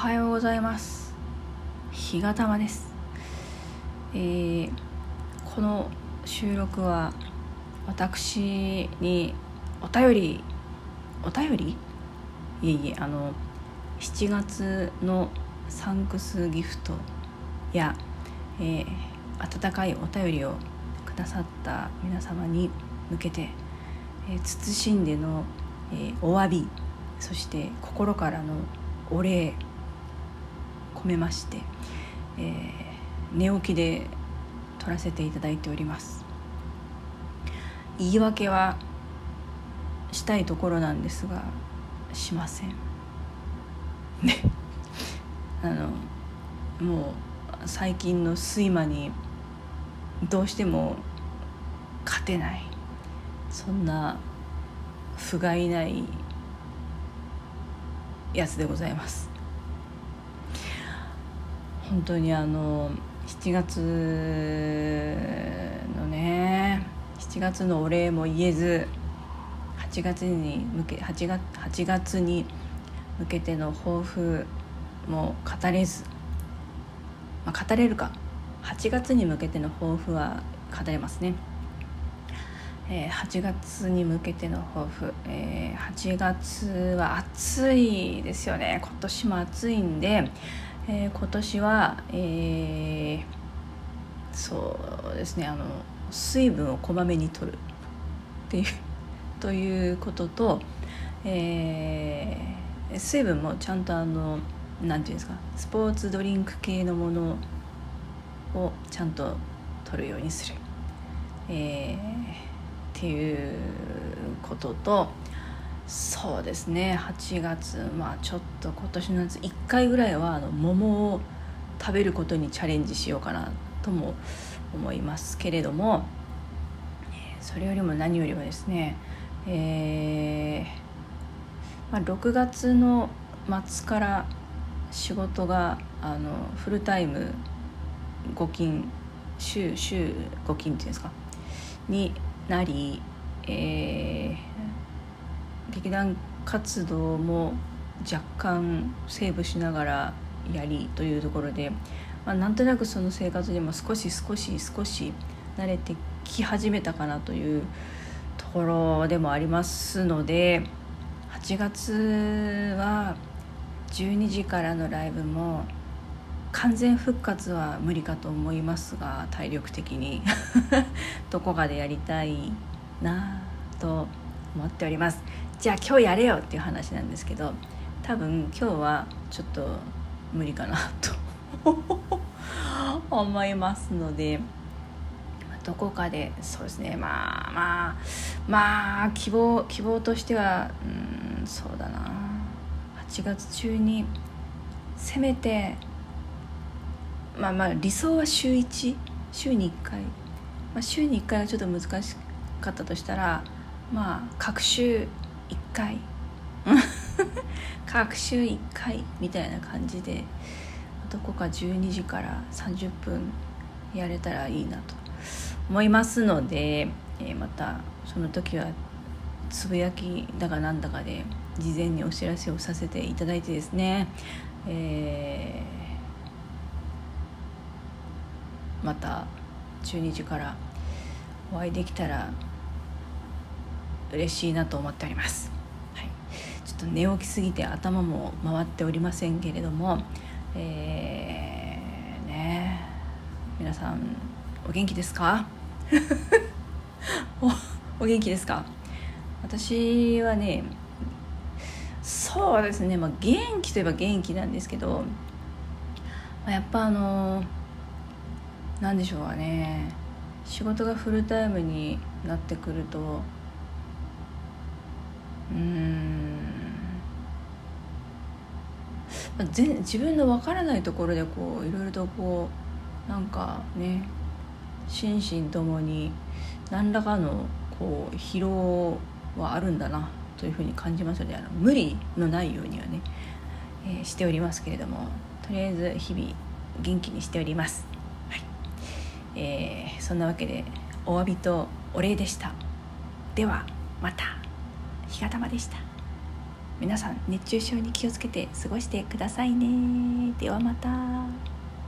はようございます。日がたまです。この収録は私にお便り7月のサンクスギフトや、温かいお便りをくださった皆様に向けて、謹んでの、お詫び、そして心からのお礼込めまして、寝起きで撮らせていただいております。言い訳はしたいところなんですがしませんね。もう最近の睡魔にどうしても勝てない、そんな不甲斐ないやつでございます。本当に7月のお礼も言えず、8月に向けての抱負も語れず、語れるか、8月に向けての抱負は語れますね。8月に向けての抱負、8月は暑いですよね。今年も暑いんで、今年は、そうですね、水分をこまめに摂るということと、水分もちゃんとなんていうんですか、スポーツドリンク系のものをちゃんと摂るようにする、っていうことと、そうですね、8月、ちょっと今年の夏1回ぐらいは桃を食べることにチャレンジしようかなとも思いますけれども、それよりも何よりもですね、6月の末から仕事がフルタイム5勤週5勤っていうんですかになり、劇団活動も若干セーブしながらやりというところで、なんとなくその生活にも少し慣れてき始めたかなというところでもありますので、8月は12時からのライブも完全復活は無理かと思いますが、体力的にどこかでやりたいなと思っております。じゃあ今日やれよっていう話なんですけど、多分今日はちょっと無理かなと思いますので、どこかで、そうですね、希望としては、そうだな、8月中にせめて、理想は週に1回、週に1回はちょっと難しかったとしたら、各週1回各週1回みたいな感じで、どこか12時から30分やれたらいいなと思いますので、またその時はつぶやきだかなんだかで事前にお知らせをさせていただいてですね、また12時からお会いできたら嬉しいなと思っております。ちょっと寝起きすぎて頭も回っておりませんけれども、皆さんお元気ですか？お元気ですか？私はね、そうですね、元気といえば元気なんですけど、やっぱなんでしょうかね、仕事がフルタイムになってくると、自分の分からないところでいろいろとなんかね、心身ともに何らかの疲労はあるんだなというふうに感じますので、無理のないようにはね、しておりますけれども、とりあえず日々元気にしております。そんなわけでお詫びとお礼でした。ではまた。日がたまでした。 皆さん熱中症に気をつけて過ごしてくださいね。ではまた。